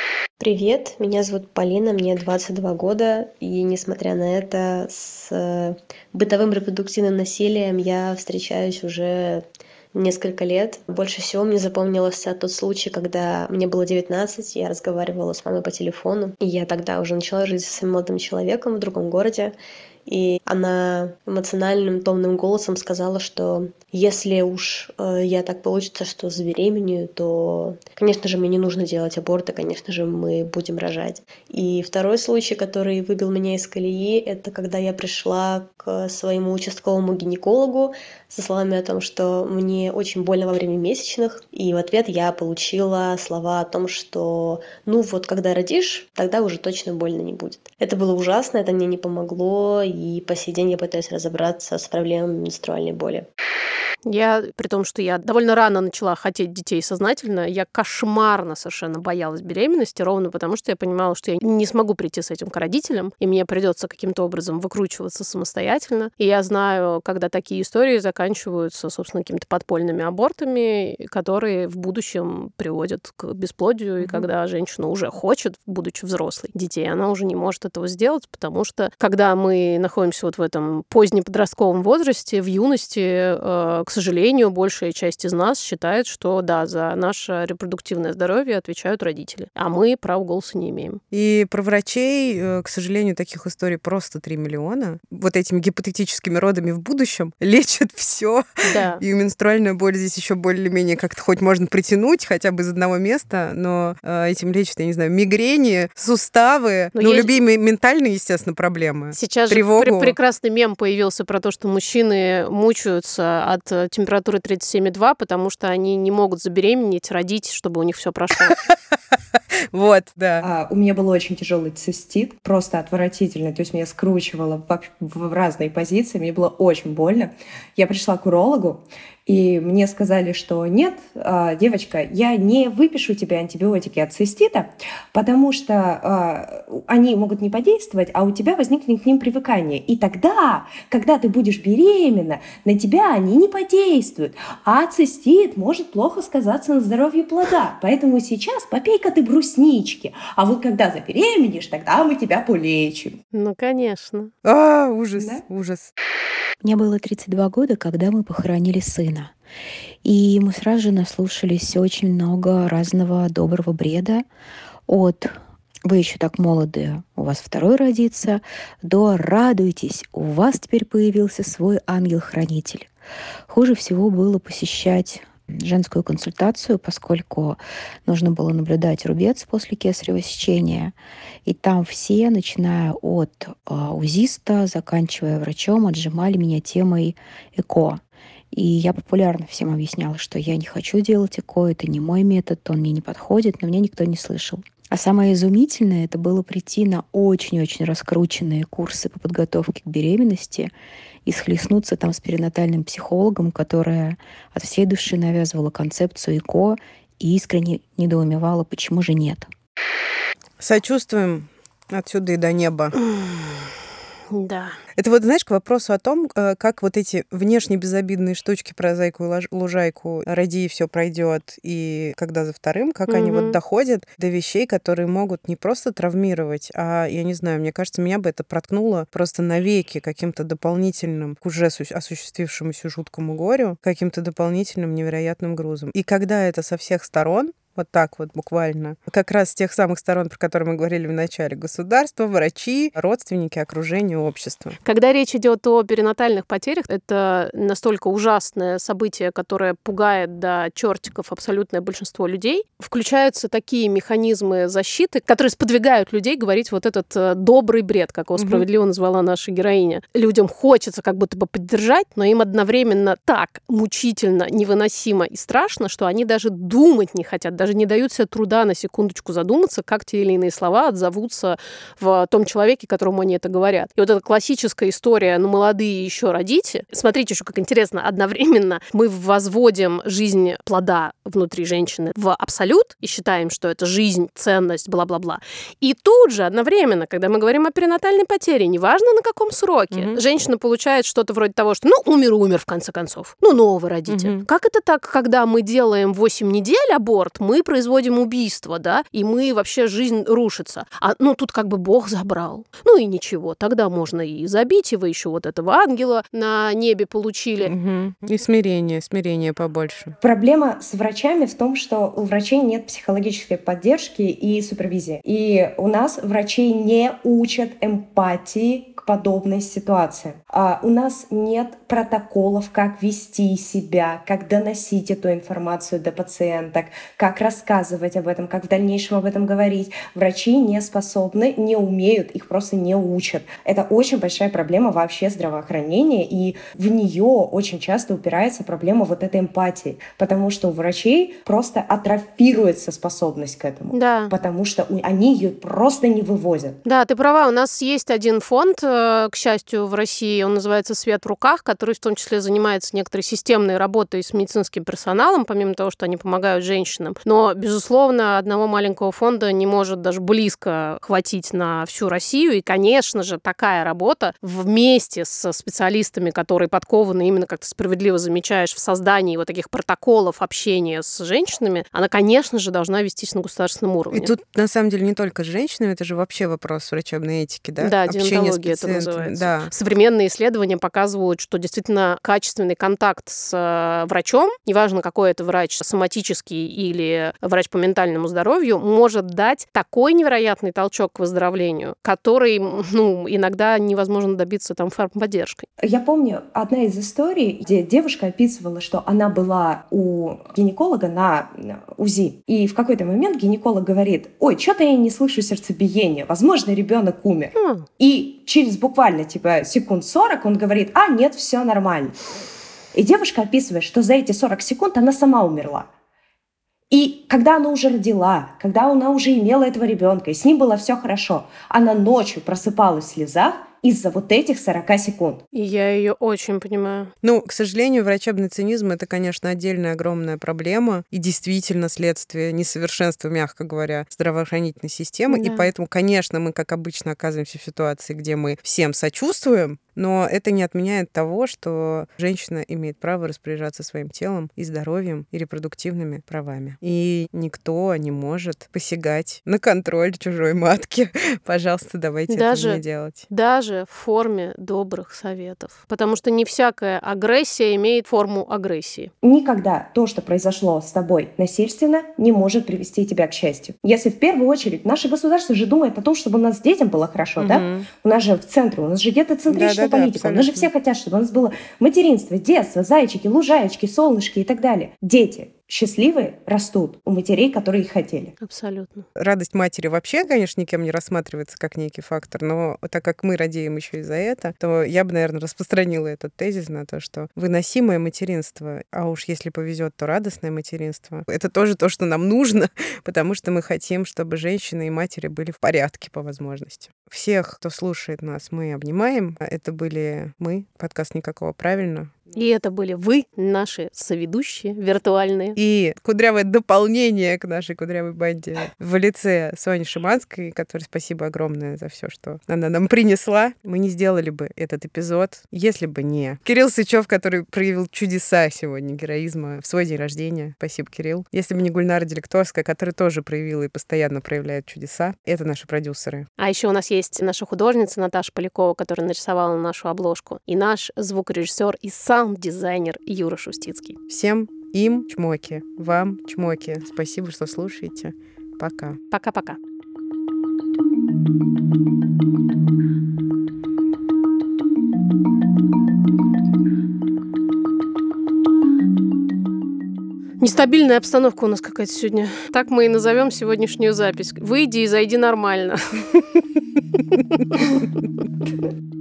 Привет, меня зовут Полина, мне двадцать два года, и несмотря на это, с бытовым репродуктивным насилием я встречаюсь уже несколько лет. Больше всего мне запомнился тот случай, когда мне было девятнадцать, я разговаривала с мамой по телефону, и я тогда уже начала жить со своим молодым человеком в другом городе, и она эмоциональным, томным голосом сказала, что если уж э, я так получится, что забеременею, то, конечно же, мне не нужно делать аборт, и, конечно же, мы будем рожать. И второй случай, который выбил меня из колеи, это когда я пришла к своему участковому гинекологу со словами о том, что мне очень больно во время месячных, и в ответ я получила слова о том, что ну вот, когда родишь, тогда уже точно больно не будет. Это было ужасно, это мне не помогло, и по сей день я пытаюсь разобраться с проблемами менструальной боли. Я, при том, что я довольно рано начала хотеть детей сознательно, я кошмарно совершенно боялась беременности, ровно потому, что я понимала, что я не смогу прийти с этим к родителям, и мне придется каким-то образом выкручиваться самостоятельно. И я знаю, когда такие истории заканчиваются, собственно, какими-то подпольными абортами, которые в будущем приводят к бесплодию, mm-hmm. и когда женщина уже хочет, будучи взрослой, детей, она уже не может этого сделать, потому что, когда мы находимся вот в этом позднеподростковом возрасте, в юности, к сожалению, большая часть из нас считает, что да, за наше репродуктивное здоровье отвечают родители, а мы права голоса не имеем. И про врачей, к сожалению, таких историй просто три миллиона. Вот этими гипотетическими родами в будущем лечат все. Да. И менструальная боль здесь еще более-менее как-то хоть можно притянуть хотя бы из одного места, но э, этим лечат, я не знаю, мигрени, суставы, но ну, есть... любые ментальные, естественно, проблемы. Сейчас тревогу. же пр- прекрасный мем появился про то, что мужчины мучаются от температуры тридцать семь и два, потому что они не могут забеременеть, родить, чтобы у них все прошло. Вот, да. А, у меня был очень тяжелый цистит, просто отвратительно. То есть меня скручивало в, в разные позиции, мне было очень больно. Я пришла к урологу, и мне сказали, что нет, девочка, я не выпишу тебе антибиотики от цистита, потому что они могут не подействовать, а у тебя возникнет к ним привыкание. И тогда, когда ты будешь беременна, на тебя они не подействуют. А цистит может плохо сказаться на здоровье плода. Поэтому сейчас попей-ка ты бруснички. А вот когда забеременеешь, тогда мы тебя полечим. Ну, конечно. А, ужас, да? ужас. Мне было тридцать два года, когда мы похоронили сына. И мы сразу же наслушались очень много разного доброго бреда от «вы еще так молоды, у вас второй родится», до «радуйтесь, у вас теперь появился свой ангел-хранитель». Хуже всего было посещать женскую консультацию, поскольку нужно было наблюдать рубец после кесарево сечения. И там все, начиная от э, узиста, заканчивая врачом, отжимали меня темой ЭКО. И я популярно всем объясняла, что я не хочу делать ЭКО, это не мой метод, он мне не подходит, но меня никто не слышал. А самое изумительное — это было прийти на очень-очень раскрученные курсы по подготовке к беременности и схлестнуться там с перинатальным психологом, которая от всей души навязывала концепцию ЭКО и искренне недоумевала, почему же нет. Сочувствуем отсюда и до неба. Да. Это вот, знаешь, к вопросу о том, как вот эти внешне безобидные штучки про зайку и лужайку, роди, и все пройдет, и когда за вторым, как mm-hmm. они вот доходят до вещей, которые могут не просто травмировать, а, я не знаю, мне кажется, меня бы это проткнуло просто навеки каким-то дополнительным, к уже осуществившемуся жуткому горю, каким-то дополнительным невероятным грузом. И когда это со всех сторон, вот так вот буквально. Как раз с тех самых сторон, про которые мы говорили в начале. Государство, врачи, родственники, окружение, общество. Когда речь идет о перинатальных потерях, это настолько ужасное событие, которое пугает до чертиков абсолютное большинство людей. Включаются такие механизмы защиты, которые сподвигают людей говорить вот этот добрый бред, как его справедливо mm-hmm. назвала наша героиня. Людям хочется как будто бы поддержать, но им одновременно так мучительно, невыносимо и страшно, что они даже думать не хотят, даже не дают себе труда на секундочку задуматься, как те или иные слова отзовутся в том человеке, которому они это говорят. И вот эта классическая история, ну, молодые еще родите. Смотрите еще, как интересно, одновременно мы возводим жизнь плода внутри женщины в абсолют и считаем, что это жизнь, ценность, бла-бла-бла. И тут же одновременно, когда мы говорим о перинатальной потере, неважно на каком сроке, mm-hmm. женщина получает что-то вроде того, что ну, умер-умер в конце концов. Ну, нового родите. Mm-hmm. Как это так, когда мы делаем восемь недель аборт, мы производим убийство, да, и мы вообще жизнь рушится. А ну, тут как бы Бог забрал. Ну и ничего, тогда можно и забить, и вы еще вот этого ангела на небе получили. Mm-hmm. И смирение, смирение побольше. Проблема с врачами в том, что у врачей нет психологической поддержки и супервизии. И у нас врачей не учат эмпатии к подобной ситуации. А у нас нет протоколов, как вести себя, как доносить эту информацию до пациенток, как рассказывать об этом, как в дальнейшем об этом говорить. Врачи не способны, не умеют, их просто не учат. Это очень большая проблема вообще здравоохранения, и в нее очень часто упирается проблема вот этой эмпатии, потому что у врачей просто атрофируется способность к этому, да. потому что они ее просто не вывозят. Да, ты права, у нас есть один фонд, к счастью, в России, он называется «Свет в руках», который в том числе занимается некоторой системной работой с медицинским персоналом, помимо того, что они помогают женщинам. Но, безусловно, одного маленького фонда не может даже близко хватить на всю Россию. И, конечно же, такая работа вместе со специалистами, которые подкованы именно, как ты справедливо замечаешь, в создании вот таких протоколов общения с женщинами, она, конечно же, должна вестись на государственном уровне. И тут, на самом деле, не только с женщинами, это же вообще вопрос врачебной этики, да? Да, диентология это называется. Да. Современные исследования показывают, что действительно качественный контакт с врачом, неважно, какой это врач, соматический или врач по ментальному здоровью, может дать такой невероятный толчок к выздоровлению, который, ну, иногда невозможно добиться там фармподдержкой. Я помню одна из историй, где девушка описывала, что она была у гинеколога на УЗИ, и в какой-то момент гинеколог говорит: ой, что-то я не слышу сердцебиения, возможно, ребенок умер. Mm. И через буквально типа секунд сорок он говорит: а, нет, все нормально. И девушка описывает, что за эти сорок секунд она сама умерла. И когда она уже родила, когда она уже имела этого ребенка, и с ним было все хорошо, она ночью просыпалась в слезах из-за вот этих сорока секунд. И я ее очень понимаю. Ну, к сожалению, врачебный цинизм — это, конечно, отдельная огромная проблема и действительно следствие несовершенства, мягко говоря, здравоохранительной системы. Да. И поэтому, конечно, мы, как обычно, оказываемся в ситуации, где мы всем сочувствуем, но это не отменяет того, что женщина имеет право распоряжаться своим телом и здоровьем, и репродуктивными правами. И никто не может посягать на контроль чужой матки. Пожалуйста, давайте даже, это не делать. Даже в форме добрых советов. Потому что не всякая агрессия имеет форму агрессии. Никогда то, что произошло с тобой насильственно, не может привести тебя к счастью. Если в первую очередь наше государство же думает о том, чтобы у нас детям было хорошо, угу. да? У нас же в центре, у нас же детоцентричная да, политика. Да, у нас же все хотят, чтобы у нас было материнство, детство, зайчики, лужаечки, солнышки и так далее. Дети счастливые растут у матерей, которые их хотели. Абсолютно. Радость матери вообще, конечно, никем не рассматривается как некий фактор, но так как мы радеем еще и за это, то я бы, наверное, распространила этот тезис на то, что выносимое материнство, а уж если повезет, то радостное материнство, это тоже то, что нам нужно, потому что мы хотим, чтобы женщины и матери были в порядке по возможности. Всех, кто слушает нас, мы обнимаем. Это были мы, подкаст «Никакого правильно». И это были вы, наши соведущие виртуальные. И кудрявое дополнение к нашей кудрявой банде в лице Сони Шиманской, которой спасибо огромное за все, что она нам принесла. Мы не сделали бы этот эпизод, если бы не Кирилл Сычев, который проявил чудеса сегодня героизма в свой день рождения. Спасибо, Кирилл. Если бы не Гульнара Делекторская, которая тоже проявила и постоянно проявляет чудеса. Это наши продюсеры. А еще у нас есть наша художница Наташа Полякова, которая нарисовала нашу обложку, и наш звукорежиссер и саунд-дизайнер Юра Шустицкий. Всем Им чмоки, вам чмоки. Спасибо, что слушаете. Пока. Пока-пока. Нестабильная обстановка у нас какая-то сегодня. Так мы и назовем сегодняшнюю запись. Выйди и зайди нормально.